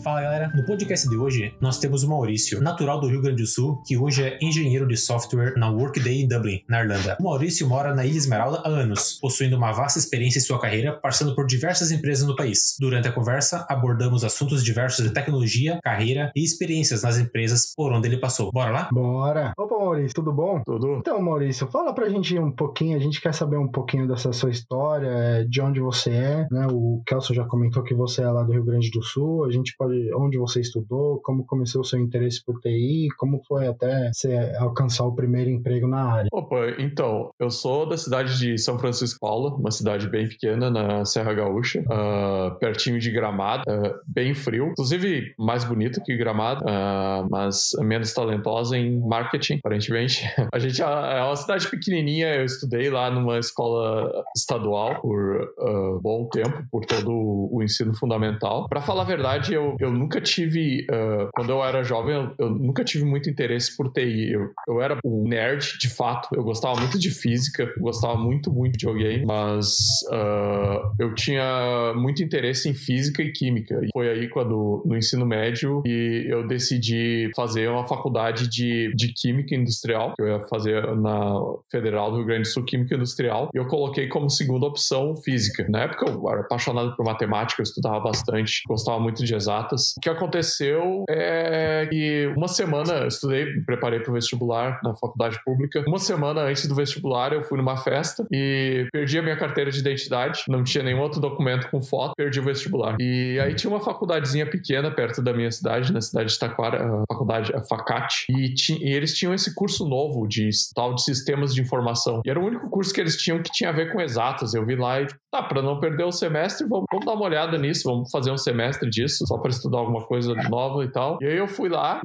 Fala galera, no podcast de hoje nós temos o Maurício, natural do Rio Grande do Sul, que hoje é engenheiro de software na Workday em Dublin, na Irlanda. O Maurício mora na Ilha Esmeralda há anos, possuindo uma vasta experiência em sua carreira, passando por diversas empresas no país. Durante a conversa, abordamos assuntos diversos de tecnologia, carreira e experiências nas empresas por onde ele passou. Bora lá? Bora! Opa, Maurício, tudo bom? Tudo. Então, Maurício, fala pra gente um pouquinho, a gente quer saber um pouquinho dessa sua história, de onde você é, né? O Kelso já comentou que você é lá do Rio Grande do Sul, a gente pode... Onde você estudou, como começou o seu interesse por TI, como foi até você alcançar o primeiro emprego na área? Opa, então, eu sou da cidade de São Francisco Paula, uma cidade bem pequena na Serra Gaúcha, pertinho de Gramado, bem frio, inclusive mais bonito que Gramado, mas menos talentosa em marketing, aparentemente. A gente é uma cidade pequenininha, eu estudei lá numa escola estadual por bom tempo, por todo o ensino fundamental. Pra falar a verdade, eu nunca tive, quando eu era jovem, eu nunca tive muito interesse por TI. Eu era um nerd, de fato. Eu gostava muito de física, eu gostava muito de videogame, mas eu tinha muito interesse em física e química. E foi aí quando, no ensino médio, eu decidi fazer uma faculdade de química industrial, que eu ia fazer na Federal do Rio Grande do Sul, química industrial, e eu coloquei como segunda opção física. Na época eu era apaixonado por matemática, eu estudava bastante, gostava muito de exatas. O que aconteceu é que uma semana, eu estudei, me preparei para o vestibular na faculdade pública. Uma semana antes do vestibular, eu fui numa festa e perdi a minha carteira de identidade, não tinha nenhum outro documento com foto, perdi o vestibular. E aí tinha uma faculdadezinha pequena perto da minha cidade, na cidade de Taquara, a faculdade, a FACAT, e eles tinham esse curso novo de tal de sistemas de informação. E era o único curso que eles tinham que tinha a ver com exatas. Eu vi lá e, para não perder o semestre, vamos dar uma olhada nisso, vamos fazer um semestre disso, só para estudar alguma coisa nova e tal. E aí eu fui lá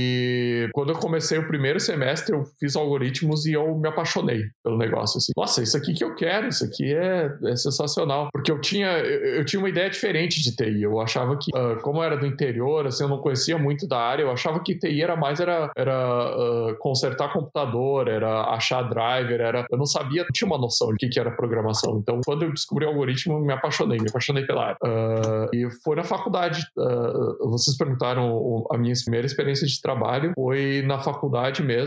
e quando eu comecei o primeiro semestre, eu fiz algoritmos e eu me apaixonei pelo negócio, assim. Nossa, isso aqui que eu quero, isso aqui é sensacional. Porque eu tinha uma ideia diferente de TI. Eu achava que, como eu era do interior, assim, eu não conhecia muito da área, eu achava que TI era mais consertar computador, era achar driver, eu não sabia, não tinha uma noção de que era programação. Então, quando eu descobri o algoritmo, me apaixonei pela área. E foi na faculdade. Vocês perguntaram a minha primeira experiência de trabalho, foi na faculdade mesmo.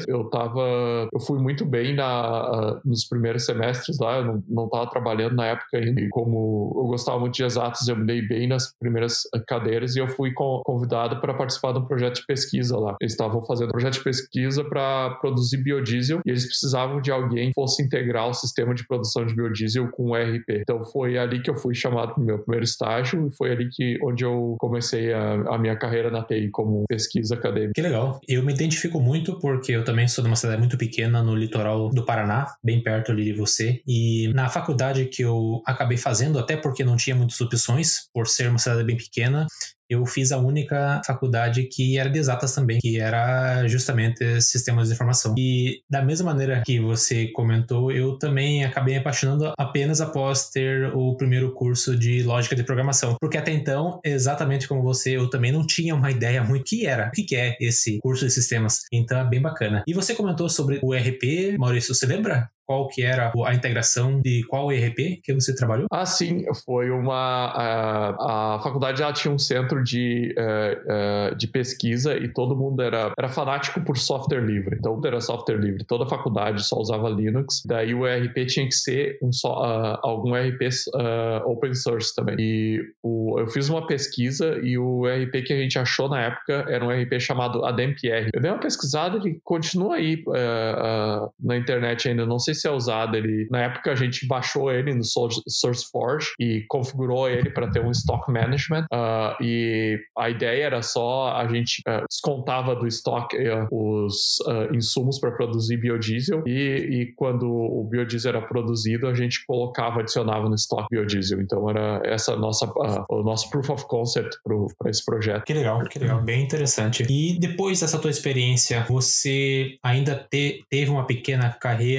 Eu fui muito bem nos primeiros semestres lá, eu não estava trabalhando na época ainda, e como eu gostava muito de exatas, eu me dei bem nas primeiras cadeiras e eu fui convidado para participar de um projeto de pesquisa lá. Eles estavam fazendo um projeto de pesquisa para produzir biodiesel e eles precisavam de alguém que fosse integrar o sistema de produção de biodiesel com o ERP. Então foi ali que eu fui chamado para o meu primeiro estágio e foi ali onde eu comecei a minha carreira na TI como pesquisa acadêmica. Que legal. Eu me identifico muito porque eu também sou de uma cidade muito pequena no litoral do Paraná, bem perto ali de você. E na faculdade que eu acabei fazendo, até porque não tinha muitas opções, por ser uma cidade bem pequena, eu fiz a única faculdade que era de exatas também, que era justamente sistemas de informação. E da mesma maneira que você comentou, eu também acabei me apaixonando apenas após ter o primeiro curso de lógica de programação. Porque até então, exatamente como você, eu também não tinha uma ideia muito o que é esse curso de sistemas. Então é bem bacana. E você comentou sobre o ERP, Maurício, você lembra qual que era a integração de qual ERP que você trabalhou? Ah, sim, foi a faculdade já tinha um centro de pesquisa e todo mundo era fanático por software livre. Então, tudo era software livre. Toda a faculdade só usava Linux. Daí o ERP tinha que ser algum ERP open source também. E eu fiz uma pesquisa e o ERP que a gente achou na época era um ERP chamado ADEMPR. Eu dei uma pesquisada, ele continua aí na internet ainda, não sei se é usado. Na época a gente baixou ele no SourceForge e configurou ele para ter um stock management, e a ideia era só a gente descontava do estoque os insumos para produzir biodiesel e quando o biodiesel era produzido a gente adicionava no estoque biodiesel. Então era essa o nosso proof of concept para esse projeto. Que legal, bem interessante. E depois dessa tua experiência, você ainda teve uma pequena carreira no Brasil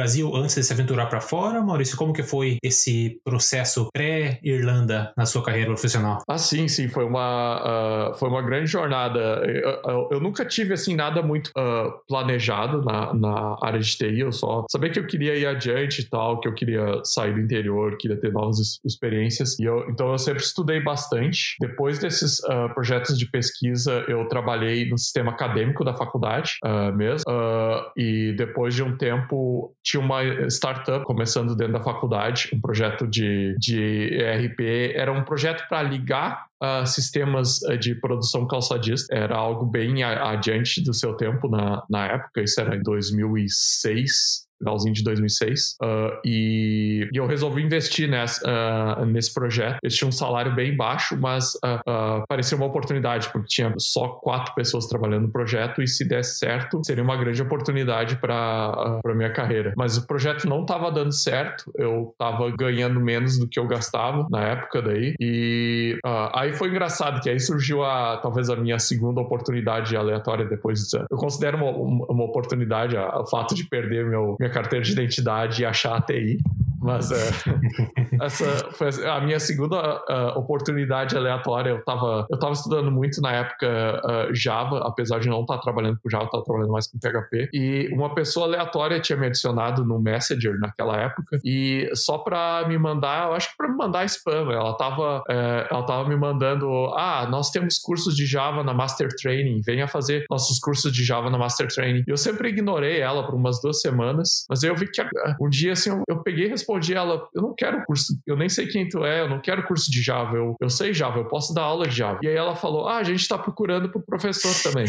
Brasil antes de se aventurar para fora, Maurício? Como que foi esse processo pré-Irlanda na sua carreira profissional? Sim, foi uma grande jornada. Eu nunca tive, assim, nada muito planejado na área de TI. Eu só sabia que eu queria ir adiante e tal, que eu queria sair do interior, queria ter novas experiências. Então eu sempre estudei bastante. Depois desses projetos de pesquisa, eu trabalhei no sistema acadêmico da faculdade mesmo. E depois de um tempo, tinha uma startup começando dentro da faculdade, um projeto de ERP. Era um projeto para ligar sistemas de produção calçadista. Era algo bem adiante do seu tempo na época. Isso era em 2006. Finalzinho de 2006, e eu resolvi investir nesse projeto. Eles tinham um salário bem baixo, mas parecia uma oportunidade, porque tinha só 4 pessoas trabalhando no projeto, e se desse certo, seria uma grande oportunidade para minha carreira. Mas o projeto não estava dando certo, eu estava ganhando menos do que eu gastava na época daí, e aí foi engraçado, que aí surgiu talvez a minha segunda oportunidade aleatória depois disso. Eu considero uma oportunidade o fato de perder minha carteira de identidade e achar a TI, mas essa foi a minha segunda oportunidade aleatória. Eu tava estudando muito na época Java, apesar de não estar trabalhando com Java, estava trabalhando mais com PHP, e uma pessoa aleatória tinha me adicionado no Messenger naquela época, e só para me mandar, eu acho que para me mandar spam, ela tava me mandando, nós temos cursos de Java na Master Training, venha fazer nossos cursos de Java na Master Training. Eu sempre ignorei ela por umas 2 semanas, mas eu vi que um dia, assim, eu peguei e respondi ela, eu não quero curso, eu nem sei quem tu é, eu não quero curso de Java, eu sei Java, eu posso dar aula de Java. E aí ela falou, a gente tá procurando pro professor também.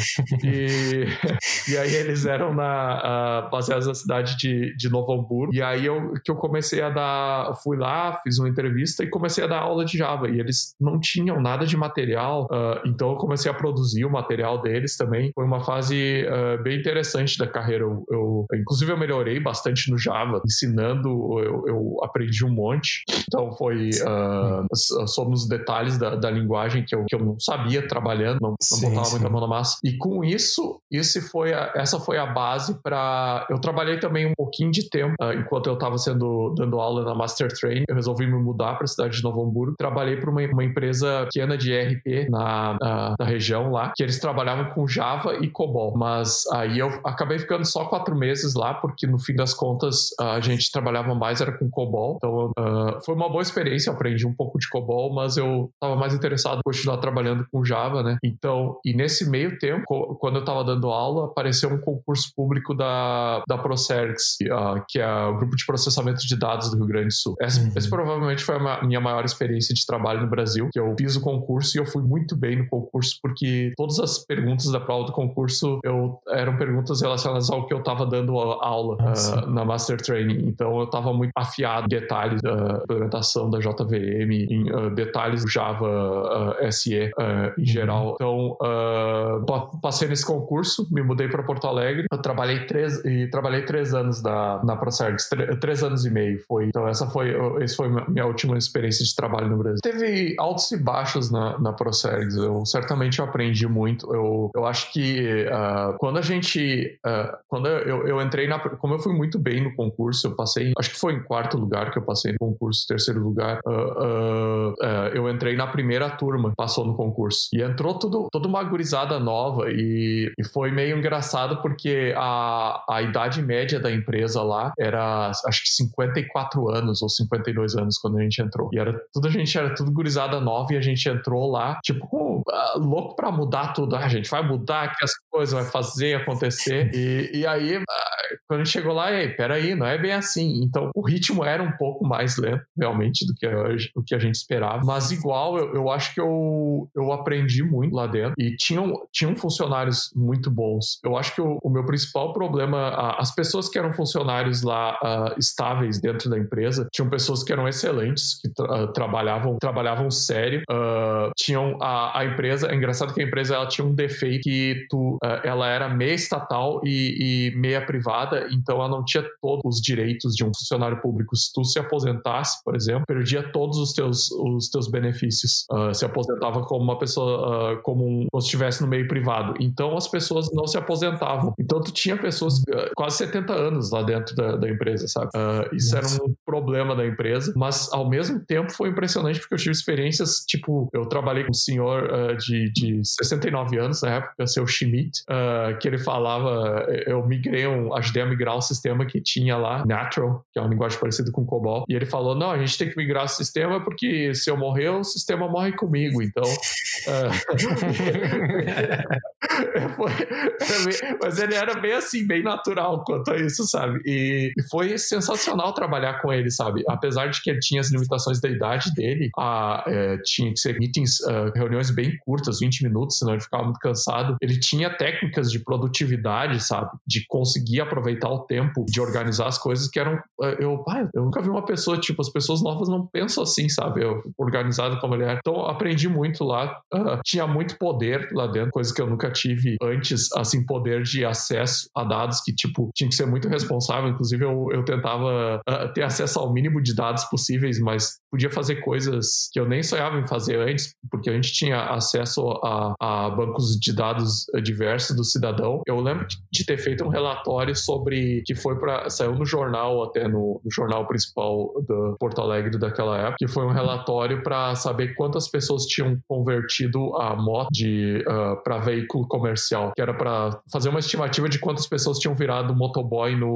E aí eles eram baseados na cidade de Novo Hamburgo, e aí eu comecei fui lá, fiz uma entrevista e comecei a dar aula de Java, e eles não tinham nada de material, então eu comecei a produzir o material deles também. Foi uma fase bem interessante da carreira. Inclusive eu melhorei bastante no Java, ensinando, eu aprendi um monte. Então foi sobre os detalhes da linguagem que eu não sabia trabalhando, não botava muita mão na massa. E com isso, essa foi a base para... Eu trabalhei também um pouquinho de tempo, enquanto eu estava dando aula na Master Training. Eu resolvi me mudar para a cidade de Novo Hamburgo. Trabalhei para uma empresa pequena de ERP na região lá, que eles trabalhavam com Java e COBOL. Mas aí eu acabei ficando só 4 meses lá, porque no fim das contas a gente trabalhava mais, era com COBOL. Então foi uma boa experiência, eu aprendi um pouco de COBOL, mas eu estava mais interessado em continuar trabalhando com Java, né? Então, e nesse meio tempo, quando eu estava dando aula, apareceu um concurso público da Procergs, que é o Grupo de Processamento de Dados do Rio Grande do Sul. Essa provavelmente foi a minha maior experiência de trabalho no Brasil, que eu fiz o concurso e eu fui muito bem no concurso, porque todas as perguntas da prova do concurso eram perguntas relacionadas ao que eu estava dando aula na Master Training. Então eu estava muito afiado em detalhes da implementação da JVM, em detalhes do Java SE em geral. Então passei nesse concurso, me mudei para Porto Alegre, eu trabalhei 3 anos na Procergs, 3 anos e meio foi. Então essa foi minha última experiência de trabalho no Brasil. Teve altos e baixos na Procergs, eu certamente aprendi muito. Eu acho que quando eu entrei como eu fui muito bem no concurso, eu passei, acho que foi em 4º lugar que eu passei no concurso, 3º lugar, eu entrei na primeira turma, passou no concurso, e entrou toda uma gurizada nova, e foi meio engraçado, porque a idade média da empresa lá era, acho que 54 anos ou 52 anos quando a gente entrou, e era tudo gurizada nova, e a gente entrou lá, tipo, louco pra mudar tudo, a gente vai mudar aqui as coisas, vai fazer acontecer, e aí quando a gente chegou lá, peraí, não é bem assim. Então o ritmo era um pouco mais lento realmente do que a gente esperava, mas igual eu acho que eu aprendi muito lá dentro, e tinham funcionários muito bons. Eu acho que o meu principal problema, as pessoas que eram funcionários lá estáveis dentro da empresa, tinham pessoas que eram excelentes, que trabalhavam sério, tinham a empresa, é engraçado que a empresa ela tinha um defeito, que ela era meia estatal e meia privada, então ela não tinha todos os direitos de um funcionário público. Se tu se aposentasse, por exemplo, perdia todos os teus benefícios. Se aposentava como uma pessoa, como se estivesse no meio privado. Então as pessoas não se aposentavam. Então tu tinha pessoas quase 70 anos lá dentro da empresa, sabe? Isso era um problema da empresa, mas ao mesmo tempo foi impressionante porque eu tive experiências, tipo, eu trabalhei com um senhor de 69 anos na época, seu Schmidt, que ele falava, ajudei a migrar um sistema que tinha lá, Natural, que é uma linguagem parecida com COBOL, e ele falou, não, a gente tem que migrar o sistema porque se eu morrer, o sistema morre comigo, então... mas ele era bem assim, bem natural quanto a isso, sabe? E foi sensacional trabalhar com ele, sabe? Apesar de que ele tinha as limitações da idade dele, tinha que ser meetings, reuniões bem curtas, 20 minutos, senão ele ficava muito cansado. Ele tinha técnicas de produtividade, sabe? De conseguir aproveitar o tempo, de organizar as coisas que eram... Eu nunca vi uma pessoa, tipo, as pessoas novas não pensam assim, sabe? Organizado como ele era. Então, aprendi muito lá. Tinha muito poder lá dentro, coisa que eu nunca tive antes, assim, poder de acesso a dados que, tipo, tinha que ser muito responsável. Inclusive, eu tentava ter acesso ao mínimo de dados possíveis, mas podia fazer coisas que eu nem sonhava em fazer antes, porque a gente tinha acesso a bancos de dados diversos do cidadão. Eu lembro de ter feito um relatório sobre, que saiu no jornal, até no jornal principal do Porto Alegre daquela época, que foi um relatório para saber quantas pessoas tinham convertido a moto para veículo comercial, que era para fazer uma estimativa de quantas pessoas tinham virado motoboy no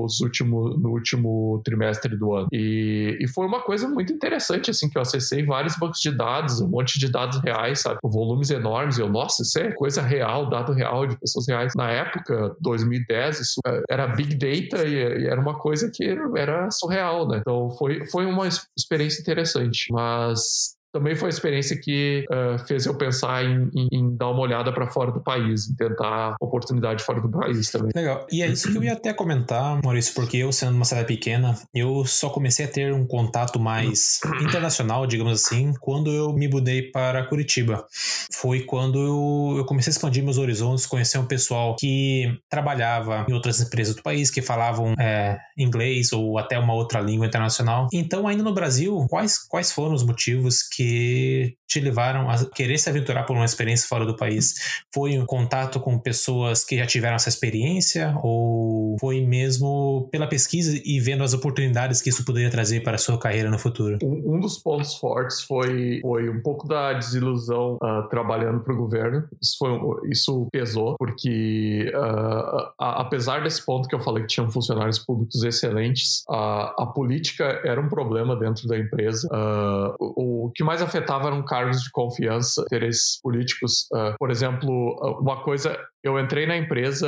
último trimestre do ano. E foi uma coisa muito interessante, assim, que eu acessei vários bancos de dados, um monte de dados reais, sabe? Volumes enormes. Nossa, isso é coisa real, dado real de pessoas reais. Na época, 2010, isso era Big Data e era uma coisa que era surreal, né? Então foi uma experiência interessante, mas também foi a experiência que fez eu pensar em dar uma olhada para fora do país, em tentar oportunidade fora do país também. Legal. E é isso que eu ia até comentar, Maurício, porque eu, sendo uma cidade pequena, eu só comecei a ter um contato mais internacional, digamos assim, quando eu me mudei para Curitiba. Foi quando eu comecei a expandir meus horizontes, conhecer um pessoal que trabalhava em outras empresas do país, que falavam inglês ou até uma outra língua internacional. Então, ainda no Brasil, quais foram os motivos que te levaram a querer se aventurar por uma experiência fora do país? Foi um contato com pessoas que já tiveram essa experiência ou foi mesmo pela pesquisa e vendo as oportunidades que isso poderia trazer para a sua carreira no futuro? Um dos pontos fortes foi um pouco da desilusão trabalhando para o governo. Isso pesou, porque apesar desse ponto que eu falei que tinham funcionários públicos excelentes, a política era um problema dentro da empresa. O que mais afetava eram cargos de confiança, interesses políticos. Por exemplo, uma coisa... Eu entrei na empresa,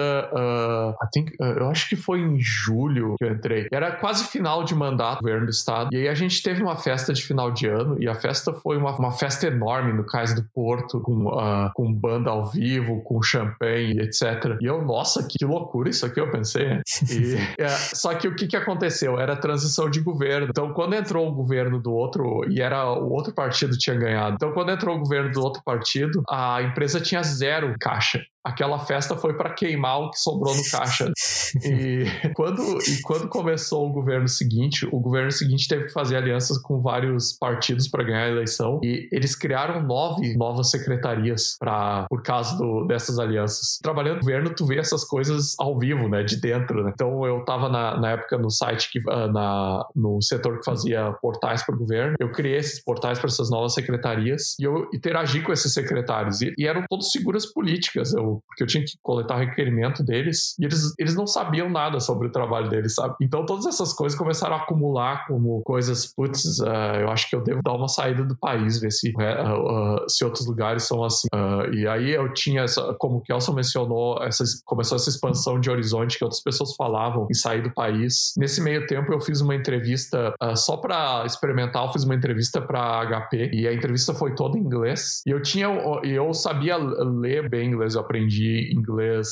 eu acho que foi em julho que eu entrei. Era quase final de mandato do governo do estado. E aí a gente teve uma festa de final de ano, e a festa foi uma festa enorme no Cais do Porto, com banda ao vivo, com champanhe, etc. E nossa, que loucura isso aqui, eu pensei, né? Só que o que aconteceu? Era a transição de governo. Então, quando entrou o governo do outro, e era o outro partido tinha ganhado. Então, quando entrou o governo do outro partido, a empresa tinha 0 caixa. Aquela festa foi para queimar o que sobrou no caixa. E quando começou o governo seguinte teve que fazer alianças com vários partidos para ganhar a eleição, e eles criaram 9 novas secretarias por causa dessas alianças. Trabalhando no governo, tu vê essas coisas ao vivo, né, de dentro, né? Então eu tava na época no site, no setor que fazia portais para o governo. Eu criei esses portais para essas novas secretarias e eu interagi com esses secretários, e eram todos figuras políticas, porque eu tinha que coletar requerimento deles, e eles não sabiam nada sobre o trabalho deles, sabe? Então todas essas coisas começaram a acumular como coisas, eu acho que eu devo dar uma saída do país, ver se outros lugares são assim. E aí eu tinha, como o Kelson mencionou, começou essa expansão de horizonte, que outras pessoas falavam em sair do país. Nesse meio tempo eu fiz uma entrevista, só para experimentar, eu fiz uma entrevista para HP, e a entrevista foi toda em inglês, e eu sabia ler bem inglês, eu aprendi aprendi inglês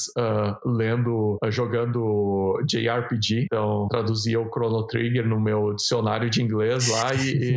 jogando JRPG, então traduzia o Chrono Trigger no meu dicionário de inglês lá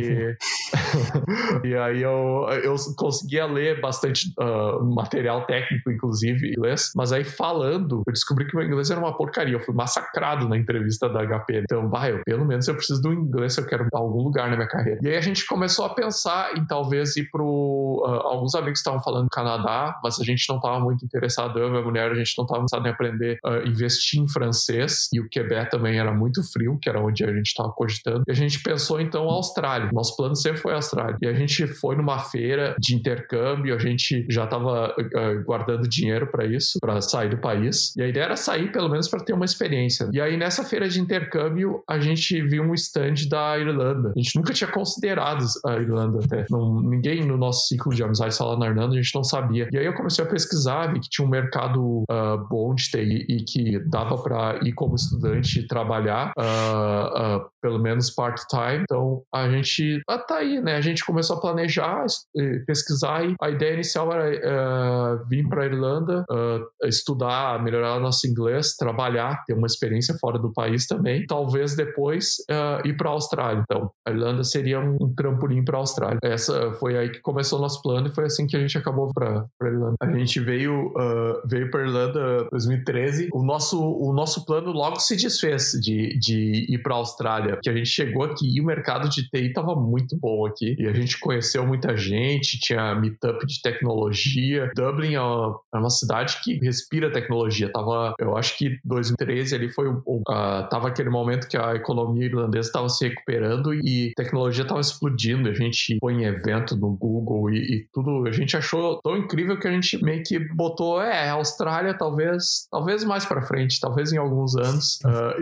e aí eu conseguia ler bastante material técnico, inclusive, em inglês, mas aí falando, eu descobri que o meu inglês era uma porcaria, eu fui massacrado na entrevista da HP, então, pelo menos eu preciso do inglês se eu quero algum lugar na minha carreira. E aí a gente começou a pensar em talvez ir alguns amigos estavam falando no Canadá, mas a gente não estava muito interessado, eu e minha mulher, a gente não estava interessado em aprender investir em francês, e o Quebec também era muito frio, que era onde a gente estava cogitando, e a gente pensou então a Austrália. Nosso plano sempre foi a Austrália. E a gente foi numa feira de intercâmbio, a gente já estava guardando dinheiro para isso, para sair do país, e a ideia era sair pelo menos para ter uma experiência. E aí nessa feira de intercâmbio a gente viu um stand da Irlanda. A gente nunca tinha considerado a Irlanda até. Ninguém no nosso ciclo de amizade lá na Irlanda, a gente não sabia. E aí eu comecei a pesquisar, vi que tinha um mercado bom de TI e que dava para ir como estudante e trabalhar, pelo menos part-time. Então a gente tá aí, né? A gente começou a planejar, pesquisar, e a ideia inicial era vir para a Irlanda, estudar, melhorar nosso inglês, trabalhar, ter uma experiência fora do país também, talvez depois ir para a Austrália. Então a Irlanda seria um trampolim para a Austrália. Essa foi aí que começou o nosso plano, e foi assim que a gente acabou para a Irlanda. A gente veio para a Irlanda em 2013. O nosso plano logo se desfez de ir para a Austrália, porque a gente chegou aqui e o mercado de TI estava muito bom aqui, e a gente conheceu muita gente, tinha meetup de tecnologia. Dublin é uma cidade que respira tecnologia. Eu acho que 2013 ali tava aquele momento que a economia irlandesa estava se recuperando e tecnologia estava explodindo. A gente foi em evento no Google e tudo. A gente achou tão incrível que a gente meio que botou a Austrália talvez mais para frente, talvez em alguns anos,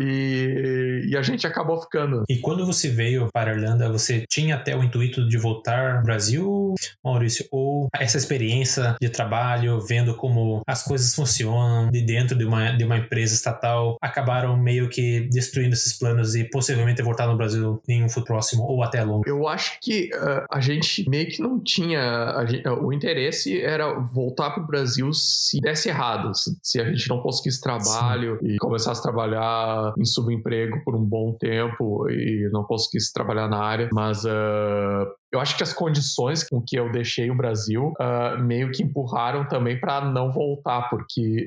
e a gente acabou ficando. E quando você veio para a Irlanda, você tinha até o intuito de voltar ao Brasil, Maurício? Ou essa experiência de trabalho, vendo como as coisas funcionam de dentro de uma empresa estatal, acabaram meio que destruindo esses planos e possivelmente voltar no Brasil em um futuro próximo ou até longo? Eu acho que a gente meio que não tinha... o interesse era voltar para o Brasil se desse errado, se a gente não conseguisse trabalho. Sim. E começasse a trabalhar em subemprego por um bom tempo e não conseguisse trabalhar na área. Mas eu acho que as condições com que eu deixei o Brasil meio que empurraram também para não voltar, porque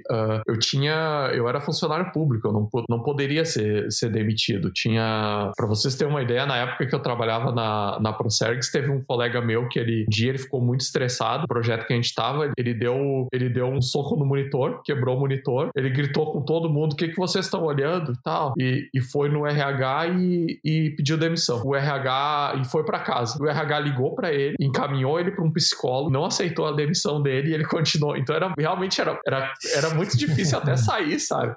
eu era funcionário público, eu não poderia ser demitido. Para vocês terem uma ideia, na época que eu trabalhava na Procergs, teve um colega meu que um dia ele ficou muito estressado, o projeto que a gente estava, ele deu um soco no monitor, quebrou o monitor, ele gritou com todo mundo: o que vocês estão olhando e tal, e foi no RH e pediu demissão. O RH, e foi para casa. O RH ligou para ele, encaminhou ele para um psicólogo, não aceitou a demissão dele e ele continuou. Então realmente era muito difícil até sair, sabe?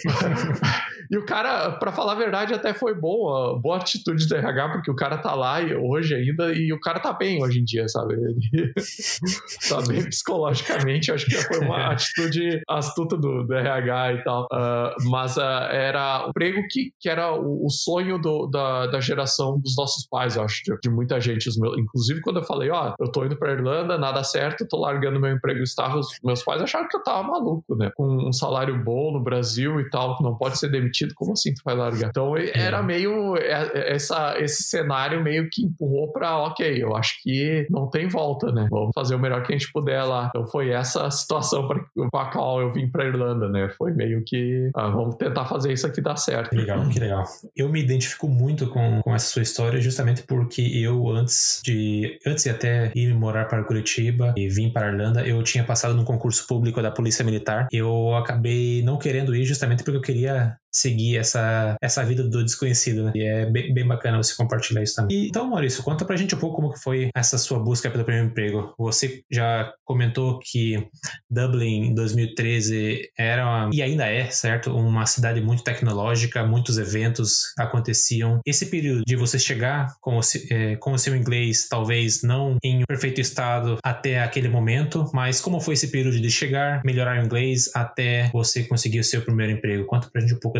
E o cara, para falar a verdade, até foi boa atitude do RH, porque o cara tá lá hoje ainda, e o cara tá bem hoje em dia, sabe? Ele tá bem psicologicamente. Eu acho que foi uma atitude astuta do RH e tal. Mas era um emprego que era o sonho da geração dos nossos pais, eu acho, de muita gente. Inclusive, quando eu falei, eu tô indo pra Irlanda, nada certo, tô largando meu emprego estável, os meus pais acharam que eu tava maluco, né? Com um salário bom no Brasil e tal, não pode ser demitido, como assim tu vai largar? Então, era meio esse cenário meio que empurrou pra, ok, eu acho que não tem volta, né? Vamos fazer o melhor que a gente puder lá. Então, foi essa situação pra qual eu vim pra Irlanda, né? Foi meio que, vamos tentar fazer isso aqui dar certo. Que legal. Eu me identifico muito com essa sua história, justamente porque eu, antes de até ir morar para Curitiba e vir para a Irlanda, eu tinha passado num concurso público da Polícia Militar. Eu acabei não querendo ir justamente porque eu queria seguir essa vida do desconhecido, né? E é bem bacana você compartilhar isso também. Então, Maurício, conta pra gente um pouco como que foi essa sua busca pelo primeiro emprego. Você já comentou que Dublin, em 2013, e ainda é, certo? Uma cidade muito tecnológica, muitos eventos aconteciam. Esse período de você chegar com o seu inglês, talvez não em perfeito estado até aquele momento, mas como foi esse período de chegar, melhorar o inglês até você conseguir o seu primeiro emprego? Conta pra gente um pouco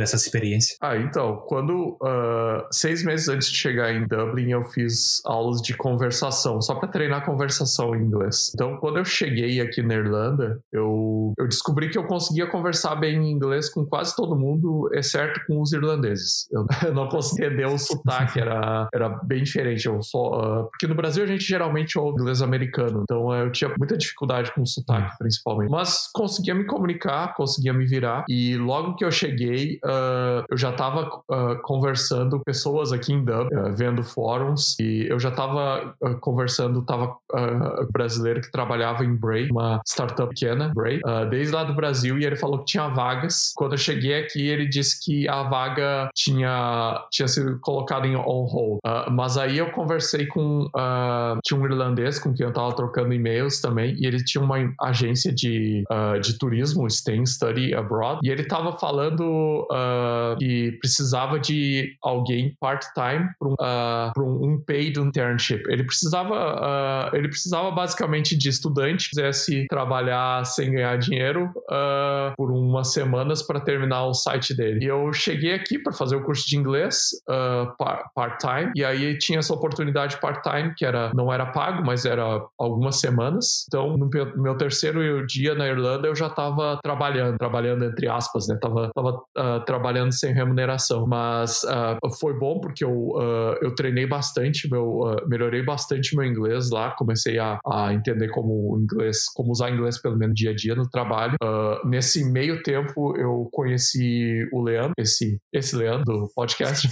dessa experiência? Então, quando 6 meses antes de chegar em Dublin, eu fiz aulas de conversação, só para treinar conversação em inglês. Então, quando eu cheguei aqui na Irlanda, eu descobri que eu conseguia conversar bem em inglês com quase todo mundo, exceto com os irlandeses. Eu não conseguia entender o sotaque, era bem diferente. Porque no Brasil a gente geralmente ouve inglês americano, então eu tinha muita dificuldade com o sotaque, principalmente. Mas conseguia me comunicar, conseguia me virar, e logo que eu cheguei, eu já estava conversando com pessoas aqui em Dublin, vendo fóruns, e eu já estava conversando, brasileiro que trabalhava em Bray, uma startup pequena, Bray, desde lá do Brasil, e ele falou que tinha vagas. Quando eu cheguei aqui, ele disse que a vaga tinha sido colocada em on hold. Mas aí eu conversei com tinha um irlandês com quem eu estava trocando e-mails também, e ele tinha uma agência de turismo, Stay and Study Abroad, e ele estava falando que precisava de alguém part-time para um paid internship. Ele precisava basicamente de estudante que quisesse trabalhar sem ganhar dinheiro por umas semanas para terminar o site dele. E eu cheguei aqui para fazer o curso de inglês part-time, e aí tinha essa oportunidade part-time que não era pago, mas era algumas semanas. Então, no meu terceiro dia na Irlanda, eu já estava trabalhando entre aspas, né? Tava trabalhando sem remuneração, mas foi bom porque eu treinei bastante, melhorei bastante meu inglês lá, comecei a entender como usar inglês pelo menos dia a dia no trabalho. Nesse meio tempo eu conheci o Leandro, esse Leandro do podcast.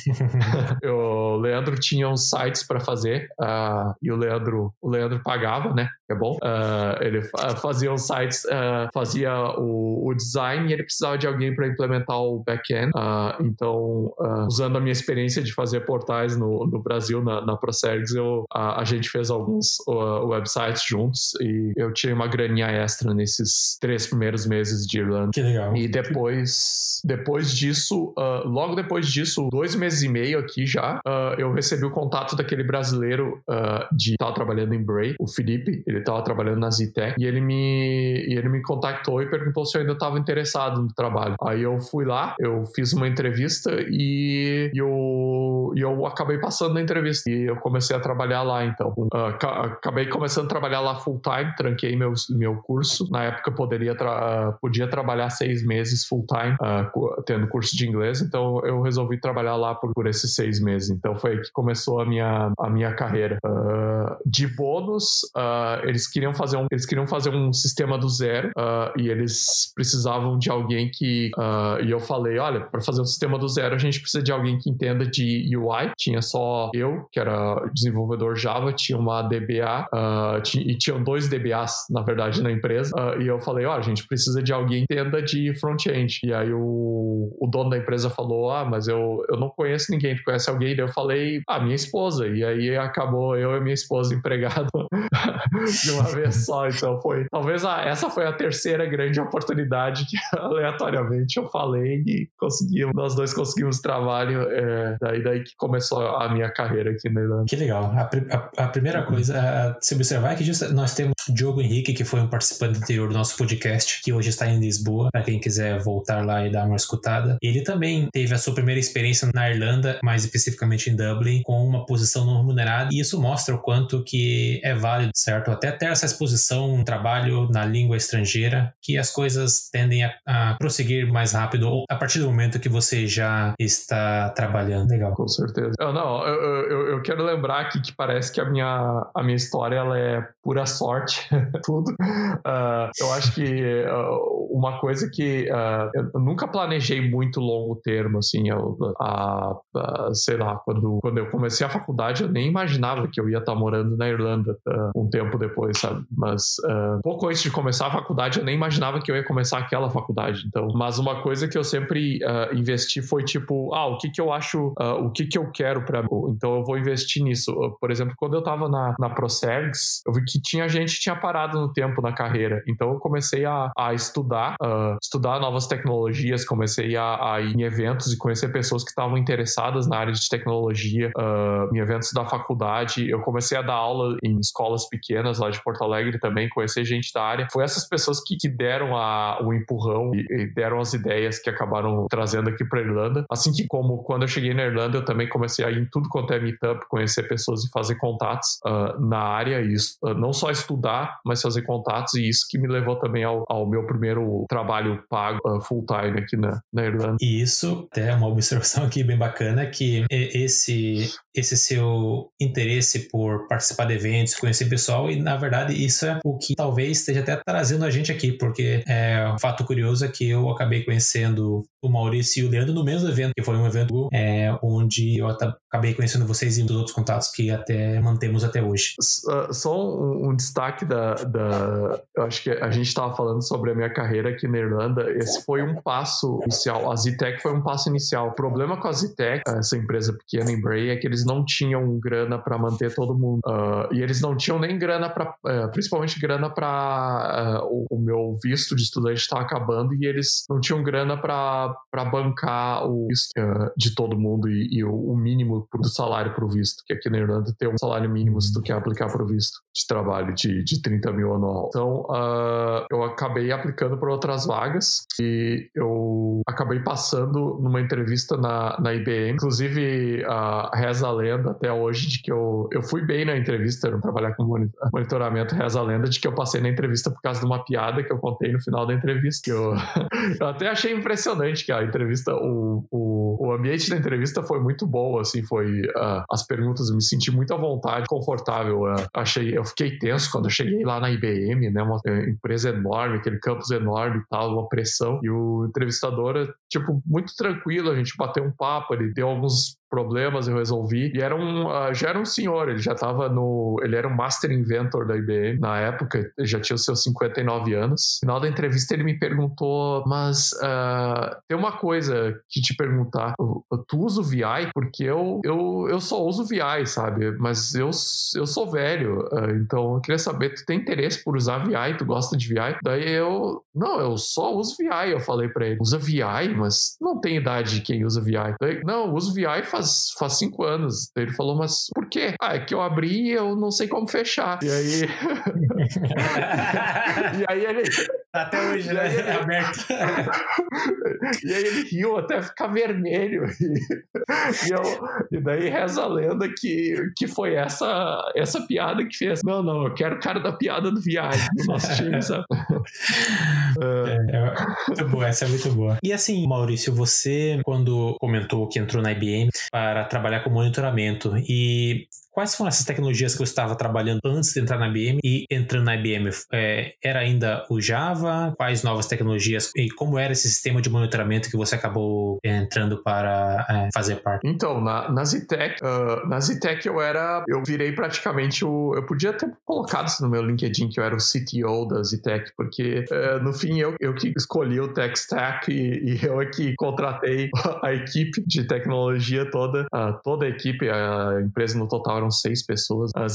O Leandro tinha uns sites para fazer, e o Leandro pagava, né? É bom. Ele fazia os sites, fazia o design, e ele precisava de alguém para implementar o back-end. Então, usando a minha experiência de fazer portais no Brasil, na Procergs, a gente fez alguns websites juntos, e eu tirei uma graninha extra nesses 3 primeiros meses de Irlanda. Que legal. E depois disso, logo depois disso, 2 meses e meio aqui já, eu recebi o contato daquele brasileiro que estava trabalhando em Bray, o Felipe. Ele estava trabalhando na Zitec, e ele me contactou e perguntou se eu ainda estava interessado no trabalho. Aí eu fui lá, eu fiz uma entrevista, e eu acabei passando na entrevista, e eu comecei a trabalhar lá. Então acabei começando a trabalhar lá full time, tranquei meu curso. Na época podia trabalhar 6 meses full time, tendo curso de inglês, então eu resolvi trabalhar lá por esses 6 meses. Então foi aí que começou a minha carreira. De bônus, eles queriam fazer um sistema do zero, e eles precisavam de alguém que... e eu falei, olha, para fazer um sistema do zero a gente precisa de alguém que entenda de UI. Tinha só eu, que era desenvolvedor Java, tinha uma DBA, e tinham 2 DBAs, na verdade, na empresa, e eu falei, olha, a gente precisa de alguém que entenda de front-end. E aí o dono da empresa falou, mas eu não conheço ninguém. Tu conhece alguém? Daí eu falei, minha esposa. E aí acabou eu e minha esposa empregado de uma vez só. Então talvez essa foi a terceira grande oportunidade que aleatoriamente eu falei, e nós dois conseguimos trabalho. Daí que começou a minha carreira aqui na Irlanda. Que legal. A primeira coisa a se observar é que nós temos o Diogo Henrique, que foi um participante anterior do nosso podcast, que hoje está em Lisboa, para quem quiser voltar lá e dar uma escutada. Ele também teve a sua primeira experiência na Irlanda, mais especificamente em Dublin, com uma posição não remunerada, e isso mostra o quanto que é válido, certo? Até ter essa exposição, um trabalho na língua estrangeira, que as coisas tendem a prosseguir mais rápido a partir do momento que você já está trabalhando. Legal. Com certeza. Eu quero lembrar aqui que parece que a minha história ela é pura sorte, tudo. Eu acho que uma coisa que eu nunca planejei muito longo termo, assim, sei lá, quando eu comecei a faculdade eu nem imaginava que eu ia estar morando na Irlanda um tempo depois, sabe? Mas pouco antes de começar a faculdade eu nem imaginava que eu ia começar aquela faculdade. Então, mas uma coisa que eu sempre investi foi tipo, o que eu acho, o que eu quero pra mim, então eu vou investir nisso. Por exemplo, quando eu tava na Procergs, eu vi que tinha gente que tinha parado no tempo na carreira, então eu comecei a estudar novas tecnologias, comecei a ir em eventos e conhecer pessoas que estavam interessadas na área de tecnologia, em eventos da faculdade. Eu comecei a dar aula em escolas pequenas lá de Porto Alegre também, conhecer gente da área. Foi essas pessoas que deram o empurrão e deram as ideias que acabaram então trazendo aqui para Irlanda. Assim que como quando eu cheguei na Irlanda, eu também comecei a ir em tudo quanto é meetup, conhecer pessoas e fazer contatos na área, e não só estudar, mas fazer contatos, e isso que me levou também ao meu primeiro trabalho pago full time aqui na Irlanda. E isso é uma observação aqui bem bacana, que esse seu interesse por participar de eventos, conhecer pessoal, e na verdade isso é o que talvez esteja até trazendo a gente aqui, porque um fato curioso é que eu acabei conhecendo o Maurício e o Leandro no mesmo evento, que foi um evento onde eu acabei conhecendo vocês e outros contatos que até mantemos até hoje. Só um destaque eu acho que a gente estava falando sobre a minha carreira aqui na Irlanda. Esse foi um passo inicial. A Zetec foi um passo inicial. O problema com a Zetec, essa empresa pequena em Bray, é que eles não tinham grana para manter todo mundo. E eles não tinham nem grana para, principalmente grana para o meu visto de estudante estar acabando, e eles não tinham grana para bancar o visto de todo mundo e o mínimo do salário para o visto, que aqui na Irlanda tem um salário mínimo se tu quer aplicar para o visto de trabalho de 30 mil anual. Então eu acabei aplicando para outras vagas e eu acabei passando numa entrevista na IBM. Inclusive reza a lenda até hoje de que eu fui bem na entrevista, eu não trabalhar com monitoramento, reza a lenda de que eu passei na entrevista por causa de uma piada que eu contei no final da entrevista. Eu até achei impressionante que a entrevista, o ambiente da entrevista foi muito bom, assim, foi as perguntas, eu me senti muito à vontade, confortável. Eu fiquei tenso quando eu cheguei lá na IBM, né, uma empresa enorme, aquele campus enorme e tal, uma pressão, e o entrevistador, tipo, muito tranquilo, a gente bateu um papo, ele deu alguns problemas, eu resolvi, e já era um senhor, ele era um Master Inventor da IBM, na época, ele já tinha os seus 59 anos. No final da entrevista ele me perguntou, mas tem uma coisa que te perguntar, tu usa o VI? Porque eu só uso o VI, sabe, mas eu sou velho, então eu queria saber, tu tem interesse por usar VI? Tu gosta de VI? Daí eu só uso VI, eu falei pra ele, usa VI? Mas não tem idade de quem usa VI. Daí, não, eu uso VI faz 5 anos. Daí ele falou, mas por quê? É que eu abri e eu não sei como fechar. E aí... e aí ele... Até hoje, né? Aberto. E aí ele riu até ficar vermelho. E daí reza a lenda que foi essa piada que fez. Não, eu quero o cara da piada do viagem do nosso time, sabe? Muito boa, essa é muito boa. E assim, Maurício, você, quando comentou que entrou na IBM para trabalhar com monitoramento, e quais foram essas tecnologias que você estava trabalhando antes de entrar na IBM e entrando na IBM? Era ainda o Java? Quais novas tecnologias? E como era esse sistema de monitoramento que você acabou entrando para fazer parte? Então, na Zetec eu virei praticamente eu podia ter colocado isso no meu LinkedIn, que eu era o CTO da Zetec, porque no fim eu que escolhi o tech stack e eu é que contratei a equipe de tecnologia toda a equipe, a empresa no total eram 6 pessoas, mas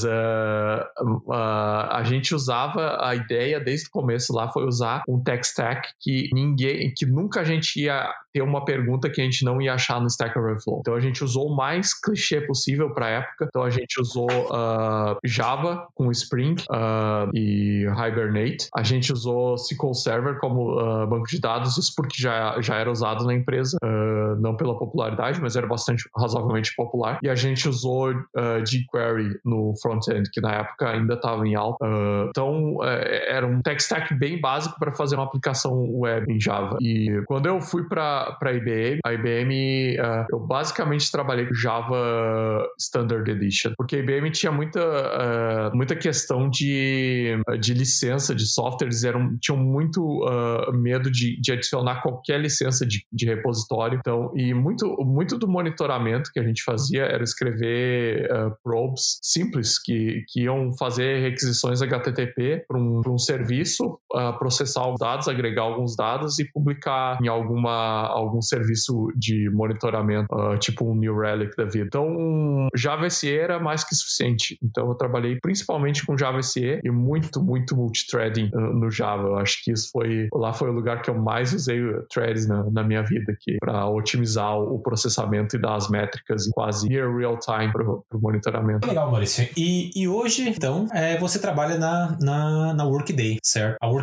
a gente usava, a ideia desde o começo lá foi usar um tech stack que nunca a gente ia ter uma pergunta que a gente não ia achar no Stack Overflow. Então a gente usou o mais clichê possível para a época. Então a gente usou Java com Spring e Hibernate. A gente usou SQL Server como banco de dados, isso porque já era usado na empresa, não pela popularidade, mas era bastante razoavelmente popular. E a gente usou jQuery no front-end, que na época ainda estava em alta. Então era um tech stack bem básico para fazer uma aplicação web em Java. E quando eu fui para a IBM, eu basicamente trabalhei com Java Standard Edition, porque a IBM tinha muita questão de licença de software, eles tinham muito medo de adicionar qualquer licença de repositório. Então, e muito do monitoramento que a gente fazia era escrever probes simples que iam fazer requisições HTTP para um serviço, processar os dados, agregar alguns dados e publicar em algum serviço de monitoramento, tipo um New Relic da vida. Então, Java SE era mais que suficiente. Então, eu trabalhei principalmente com Java SE e muito multithreading no Java. Eu acho que foi o lugar que eu mais usei threads na minha vida aqui, para otimizar o processamento e dar as métricas em quase near real time para o monitoramento. Legal, Maurício. E hoje, então, você trabalha na Workday, certo? A Workday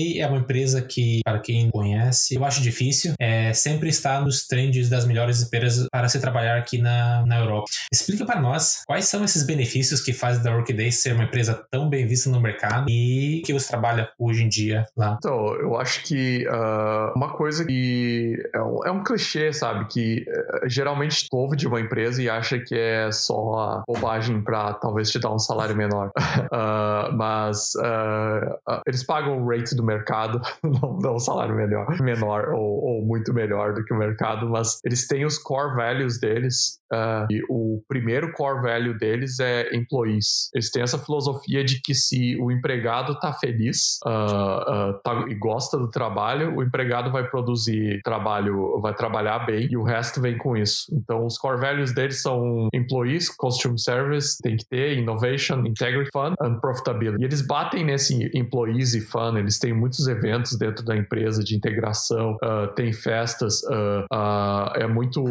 Workday é uma empresa que, para quem conhece, eu acho difícil, sempre está nos trends das melhores empresas para se trabalhar aqui na Europa. Explica para nós quais são esses benefícios que fazem da Workday ser uma empresa tão bem vista no mercado e que você trabalha hoje em dia lá. Então, eu acho que uma coisa que é um clichê, sabe? Que geralmente tu ouve de uma empresa e acha que é só bobagem para talvez te dar um salário menor. Mas eles pagam o rate do mercado, não um salário menor ou muito melhor do que o mercado, mas eles têm os core values deles. E o primeiro core value deles é employees. Eles têm essa filosofia de que se o empregado tá feliz e gosta do trabalho, o empregado vai produzir trabalho, vai trabalhar bem e o resto vem com isso. Então os core values deles são employees, customer service, tem que ter innovation, integrity, fun and profitability. E eles batem nesse employees e fun, eles têm muitos eventos dentro da empresa de integração, tem festas, é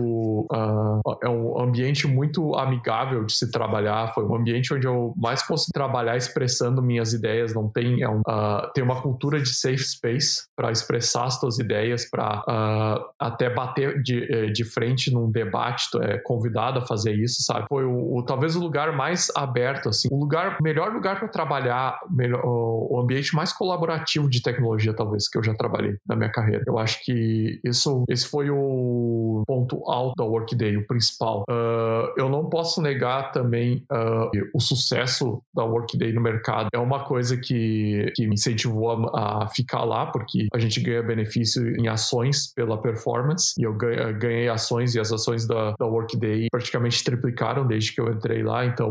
um ambiente muito amigável de se trabalhar. Foi um ambiente onde eu mais consegui trabalhar expressando minhas ideias. Não tem tem uma cultura de safe space para expressar as tuas ideias, para até bater de frente num debate. Tu é convidado a fazer isso, sabe? Foi talvez o lugar mais aberto, assim, melhor lugar para trabalhar, o ambiente mais colaborativo de tecnologia, talvez, que eu já trabalhei na minha carreira. Eu acho que esse foi o ponto alto da Workday, o principal. Eu não posso negar também o sucesso da Workday no mercado. É uma coisa que me incentivou a ficar lá, porque a gente ganha benefício em ações pela performance, e eu ganhei ações, e as ações da Workday praticamente triplicaram desde que eu entrei lá. Então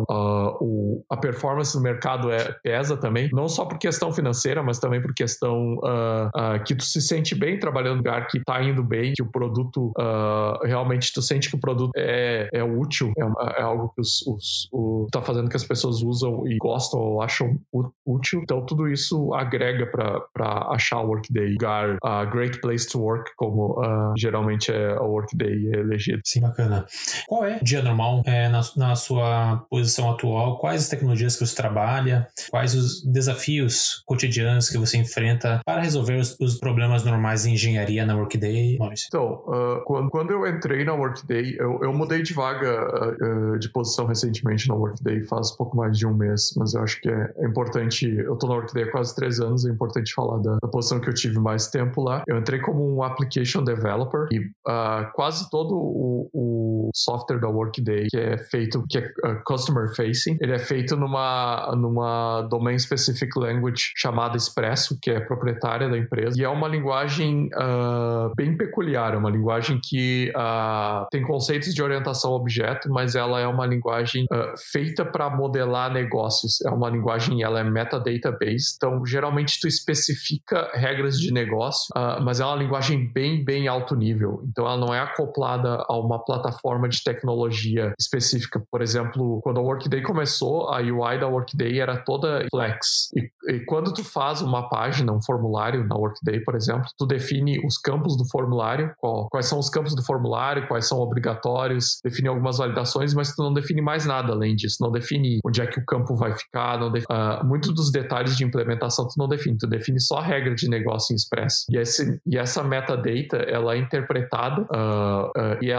a performance no mercado pesa também, não só por questão financeira, mas também por questão que tu se sente bem trabalhando no lugar, que tá indo bem, que o produto realmente tu sente que o produto é útil, é algo que tá fazendo que as pessoas usam e gostam ou acham útil. Então tudo isso agrega para achar o Workday lugar, a great place to work, como geralmente a Workday é elegido. Sim, bacana. Qual é o dia normal na sua posição atual? Quais as tecnologias que você trabalha? Quais os desafios cotidianos que você enfrenta para resolver os problemas normais de engenharia na Workday, Maurício? Então, quando eu entrei na Workday, eu mudei de vaga de posição recentemente na Workday, faz pouco mais de um mês, mas eu acho que é importante. Eu tô na Workday há quase 3 anos, é importante falar da posição que eu tive mais tempo lá. Eu entrei como um application developer e quase todo o software da Workday que é customer facing, ele é feito numa domain specific language chamada Expresso, que é proprietária da empresa, e é uma linguagem bem peculiar, é uma linguagem que tem conceitos de orientação a objeto, mas ela é uma linguagem feita para modelar negócios. É uma linguagem, ela é metadata-based, então geralmente tu especifica regras de negócio, mas é uma linguagem bem alto nível, então ela não é acoplada a uma plataforma de tecnologia específica. Por exemplo, quando a Workday começou, a UI da Workday era toda flex, e quando tu faz uma página, um formulário na Workday, por exemplo, tu define os campos do formulário, quais são os campos do formulário, quais são obrigatórios, define algumas validações, mas tu não define mais nada além disso, não define onde é que o campo vai ficar, muitos dos detalhes de implementação tu não define, tu define só a regra de negócio em Express. E essa metadata, ela é interpretada e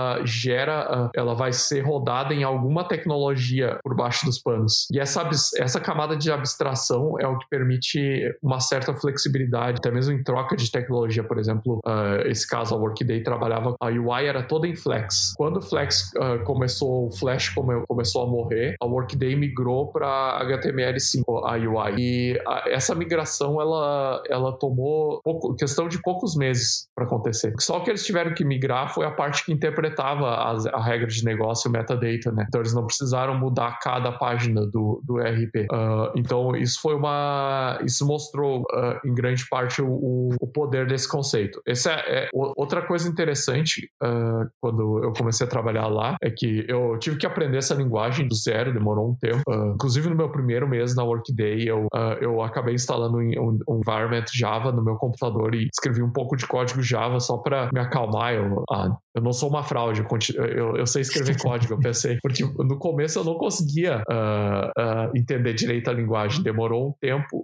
ela vai ser rodada em alguma tecnologia por baixo dos panos. E essa camada de abstração é o que permite uma certa flexibilidade, até mesmo em troca de tecnologia. Por exemplo, esse caso, a Workday trabalhava, a UI era toda em Flex. Quando o Flex o Flash começou a morrer, a Workday migrou para HTML5, a UI. E essa migração, ela tomou questão de poucos meses para acontecer. Só que eles tiveram que migrar foi a parte que interpretava a regra de negócio, o metadata, né? Então eles não precisaram mudar cada página do ERP. Então isso mostrou em grande parte o poder desse conceito. Essa é outra coisa interessante quando eu comecei a trabalhar lá, é que eu tive que aprender essa linguagem do zero, demorou um tempo. Inclusive no meu primeiro mês na Workday, eu acabei instalando um environment Java no meu computador e escrevi um pouco de código Java só para me acalmar. Eu não sou uma fraude, eu sei escrever código, eu pensei, porque no começo eu não conseguia entender direito a linguagem, demorou tempo,